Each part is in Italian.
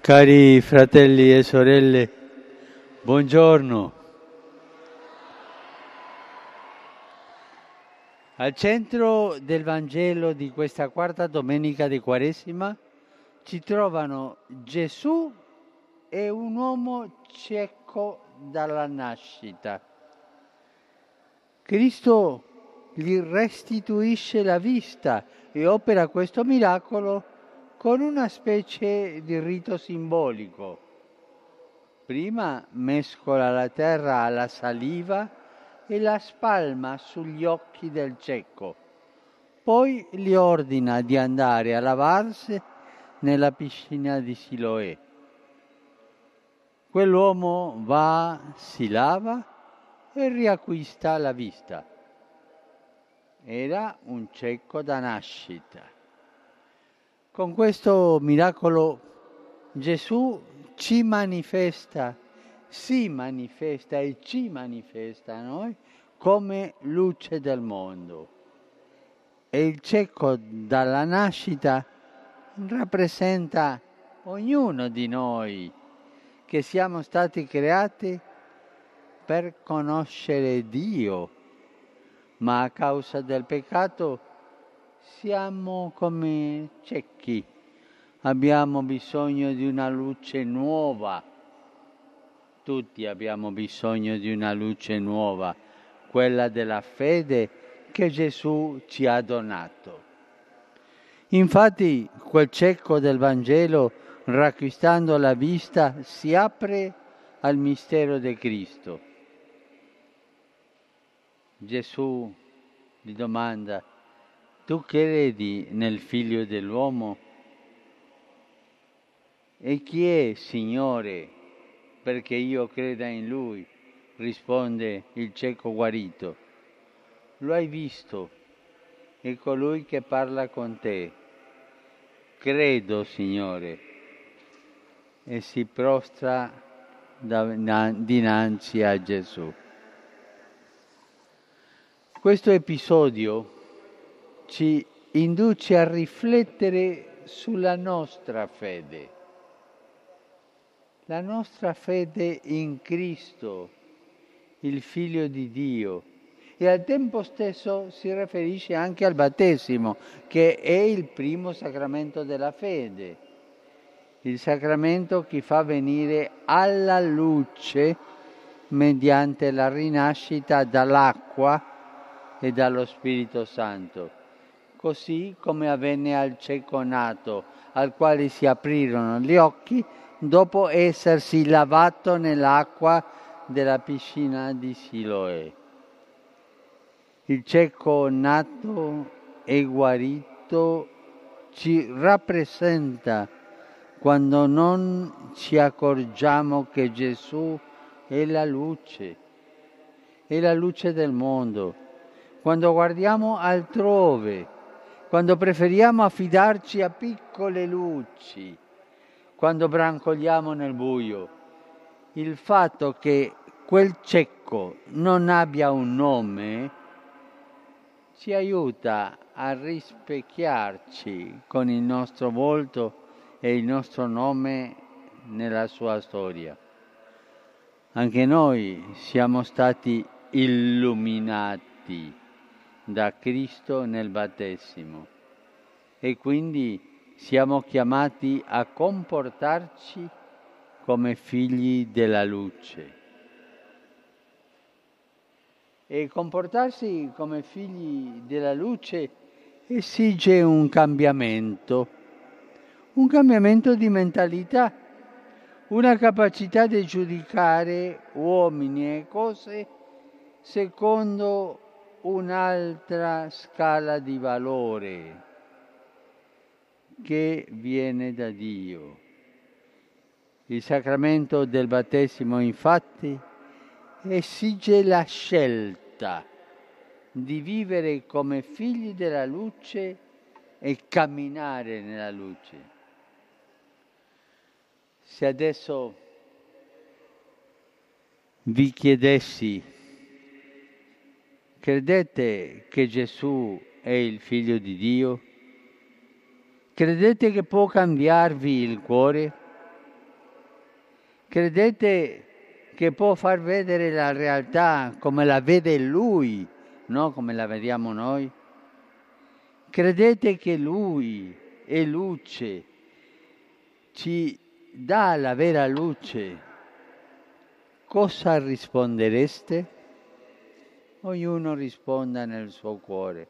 Cari fratelli e sorelle, buongiorno. Al centro del Vangelo di questa quarta domenica di Quaresima ci trovano Gesù e un uomo cieco dalla nascita. Cristo gli restituisce la vista e opera questo miracolo con una specie di rito simbolico. Prima mescola la terra alla saliva e la spalma sugli occhi del cieco. Poi gli ordina di andare a lavarsi nella piscina di Siloè. Quell'uomo va, si lava e riacquista la vista. Era un cieco da nascita. Con questo miracolo Gesù si manifesta e ci manifesta a noi come luce del mondo. E il cieco dalla nascita rappresenta ognuno di noi che siamo stati creati per conoscere Dio, ma a causa del peccato siamo come ciechi, abbiamo bisogno di una luce nuova. Tutti abbiamo bisogno di una luce nuova, quella della fede che Gesù ci ha donato. Infatti, quel cieco del Vangelo, riacquistando la vista, si apre al mistero di Cristo. Gesù gli domanda: tu credi nel Figlio dell'uomo? E chi è, Signore, perché io creda in Lui? Risponde il cieco guarito. Lo hai visto, è colui che parla con te. Credo, Signore. E si prostra dinanzi a Gesù. Questo episodio ci induce a riflettere sulla nostra fede. La nostra fede in Cristo, il Figlio di Dio, e al tempo stesso si riferisce anche al battesimo, che è il primo sacramento della fede, il sacramento che fa venire alla luce mediante la rinascita dall'acqua e dallo Spirito Santo. Così come avvenne al cieco nato, al quale si aprirono gli occhi dopo essersi lavato nell'acqua della piscina di Siloè. Il cieco nato e guarito ci rappresenta quando non ci accorgiamo che Gesù è la luce del mondo, quando guardiamo altrove, quando preferiamo affidarci a piccole luci, quando brancoliamo nel buio. Il fatto che quel cieco non abbia un nome ci aiuta a rispecchiarci con il nostro volto e il nostro nome nella sua storia. Anche noi siamo stati illuminati da Cristo nel battesimo e quindi siamo chiamati a comportarci come figli della luce. E comportarsi come figli della luce esige un cambiamento di mentalità, una capacità di giudicare uomini e cose secondo un'altra scala di valore che viene da Dio. Il sacramento del battesimo, infatti, esige la scelta di vivere come figli della luce e camminare nella luce. Se adesso vi chiedessi: credete che Gesù è il Figlio di Dio? Credete che può cambiarvi il cuore? Credete che può far vedere la realtà come la vede Lui, non come la vediamo noi? Credete che Lui è luce, ci dà la vera luce? Cosa rispondereste? Ognuno risponda nel suo cuore.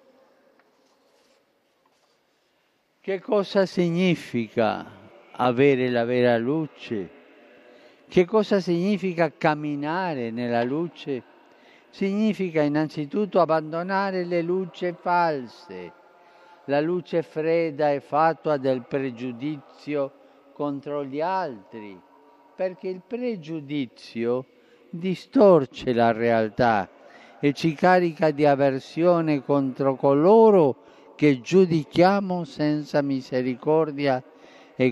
Che cosa significa avere la vera luce? Che cosa significa camminare nella luce? Significa innanzitutto abbandonare le luci false, la luce fredda e fatua del pregiudizio contro gli altri, perché il pregiudizio distorce la realtà e ci carica di avversione contro coloro che giudichiamo senza misericordia e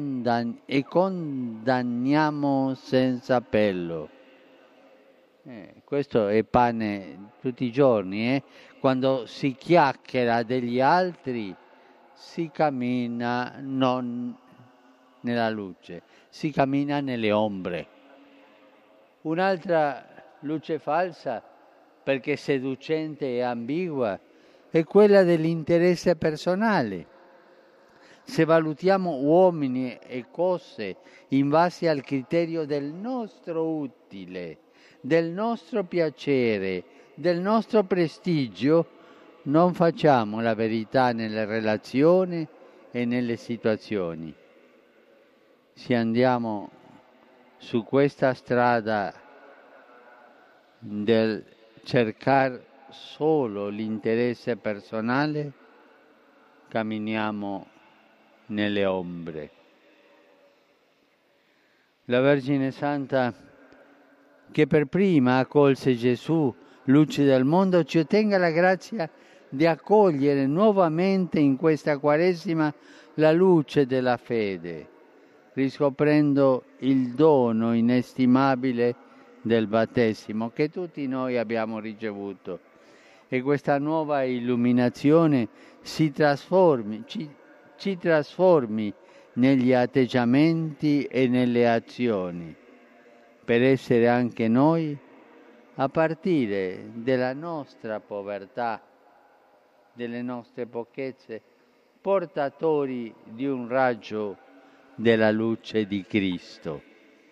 condanniamo senza appello. Questo è pane tutti i giorni. Quando si chiacchiera degli altri si cammina non nella luce, si cammina nelle ombre. Un'altra luce falsa, perché seducente e ambigua, è quella dell'interesse personale. Se valutiamo uomini e cose in base al criterio del nostro utile, del nostro piacere, del nostro prestigio, non facciamo la verità nelle relazioni e nelle situazioni. Se andiamo su questa strada del cercare solo l'interesse personale, camminiamo nelle ombre. La Vergine Santa, che per prima accolse Gesù, luce del mondo, ci ottenga la grazia di accogliere nuovamente in questa Quaresima la luce della fede, riscoprendo il dono inestimabile del battesimo che tutti noi abbiamo ricevuto. E questa nuova illuminazione ci trasformi negli atteggiamenti e nelle azioni, per essere anche noi, a partire dalla nostra povertà, delle nostre pochezze, portatori di un raggio della luce di Cristo.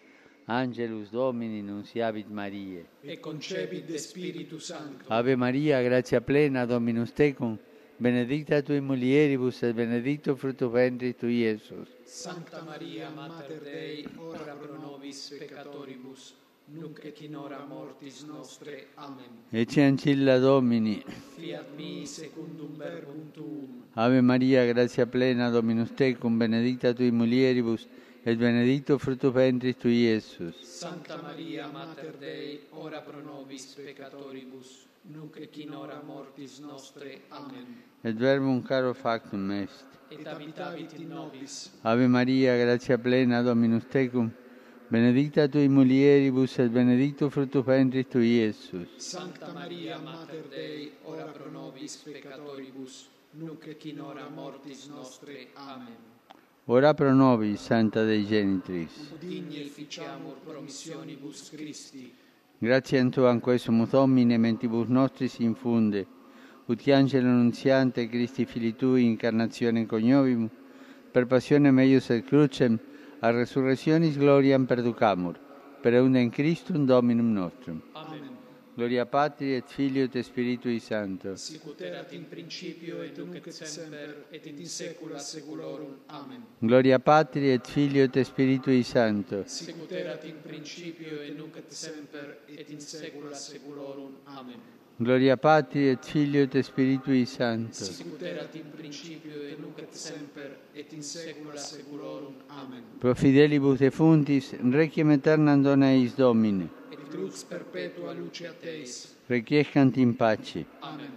Angelus Domini nunciavit Mariae. E concepit de Spiritu Sancto. Ave Maria, gratia plena, Dominus tecum, benedicta tui mulieribus et benedictus fructus ventris tui, Iesus. Sancta Maria, Mater Dei, ora pro nobis peccatoribus, nunc et in hora mortis nostre. Amen. Ecce ancilla Domini. Fiat mi secundum verbum tuum. Ave Maria, gratia plena, Dominus tecum, benedicta tui mulieribus, et benedictus fructus ventris tui, Iesus. Sancta Maria, Mater Dei, ora pro nobis peccatoribus, nunc et in hora mortis nostre. Amen. Et verbum caro factum est. Et habitavit in nobis. Ave Maria, gratia plena, Dominus tecum, benedicta tui mulieribus, et benedictus fructus ventris tui, Iesus. Sancta Maria, Mater Dei, ora pro nobis peccatoribus, nunc et in hora mortis nostre. Amen. Ora pro nobis, Santa Dei Genitris. Digni efficiamur promissionibus Christi. Grazie a Tuam quesum Domine, mentibus nostris infunde, ut angelo annunziante Christi Filii Tui, incarnazione coniovimus, per passione meius et crucem, a resurrectionis gloriam perducamur, per eundem Christum Dominum nostrum. Amen. Gloria Patri et Filio et Spiritui Sancto. Sicut erat in principio et nunc et semper et in saecula saeculorum. Amen. Gloria Patri et Filio et Spiritui Sancto. Sicut erat in principio et nunc et semper et in saecula saeculorum. Amen. Gloria Patri et Filio et Spiritui Sancto. Sicut erat in principio et nunc et semper et in saecula saeculorum. Amen. Pro fidelibus defuntis, requiem aeternam dona eis Domine. Et lux perpetua luce a Teis. Requiescant in pace. Amen.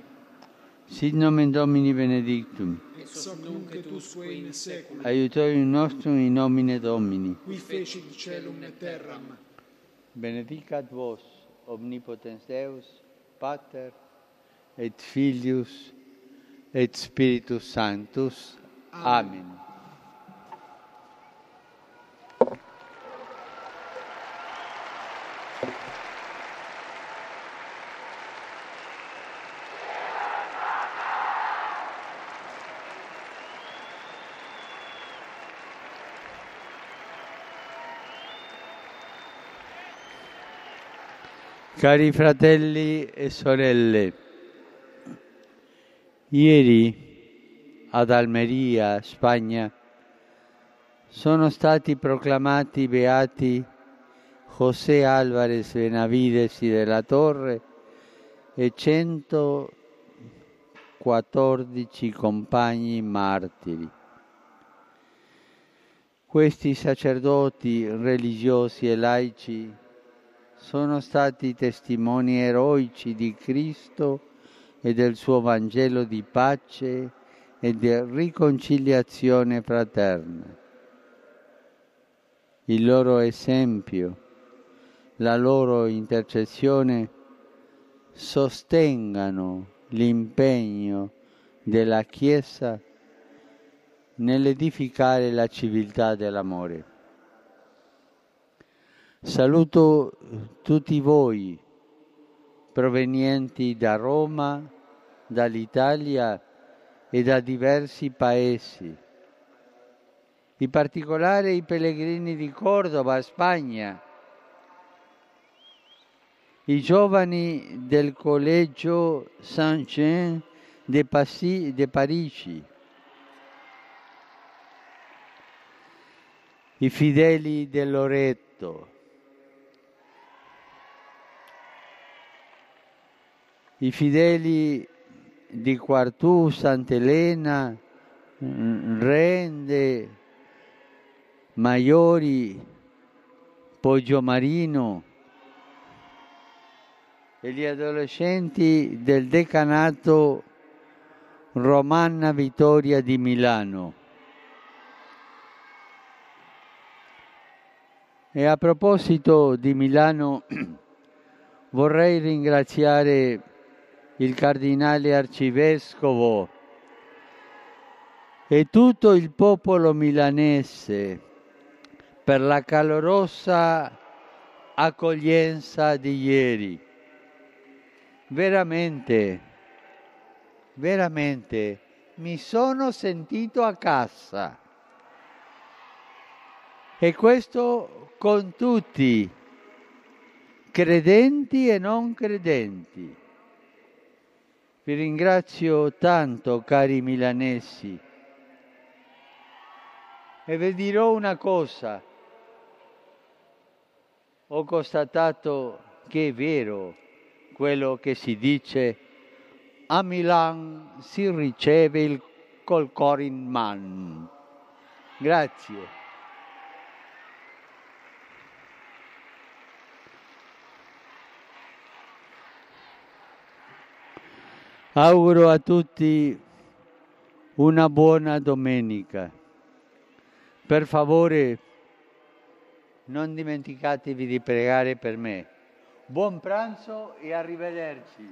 Sit nomen Domini benedictum. Et soc nunc et usque in saecula. Aiutorium nostrum in nomine Domini. Qui fecit caelum et terram. Benedicat vos, omnipotens Deus, Pater, et Filius, et Spiritus Sanctus. Amen. Cari fratelli e sorelle, ieri ad Almeria, Spagna, sono stati proclamati beati José Álvarez Benavides de la Torre e 114 compagni martiri. Questi sacerdoti religiosi e laici sono stati testimoni eroici di Cristo e del suo Vangelo di pace e di riconciliazione fraterna. Il loro esempio, la loro intercessione sostengano l'impegno della Chiesa nell'edificare la civiltà dell'amore. Saluto tutti voi, provenienti da Roma, dall'Italia e da diversi paesi, in particolare i pellegrini di Cordova, Spagna, i giovani del Collegio Saint-Jean de Parigi, i fedeli del Loreto, i fedeli di Quartù, Sant'Elena, Rende, Maiori, Poggiomarino e gli adolescenti del decanato Romanna Vittoria di Milano. E a proposito di Milano, vorrei ringraziare il cardinale arcivescovo e tutto il popolo milanese per la calorosa accoglienza di ieri. Veramente mi sono sentito a casa. E questo con tutti, credenti e non credenti. Vi ringrazio tanto, cari milanesi, e vi dirò una cosa. Ho constatato che è vero quello che si dice: a Milan si riceve col cuore in mano. Grazie. Auguro a tutti una buona domenica. Per favore, non dimenticatevi di pregare per me. Buon pranzo e arrivederci.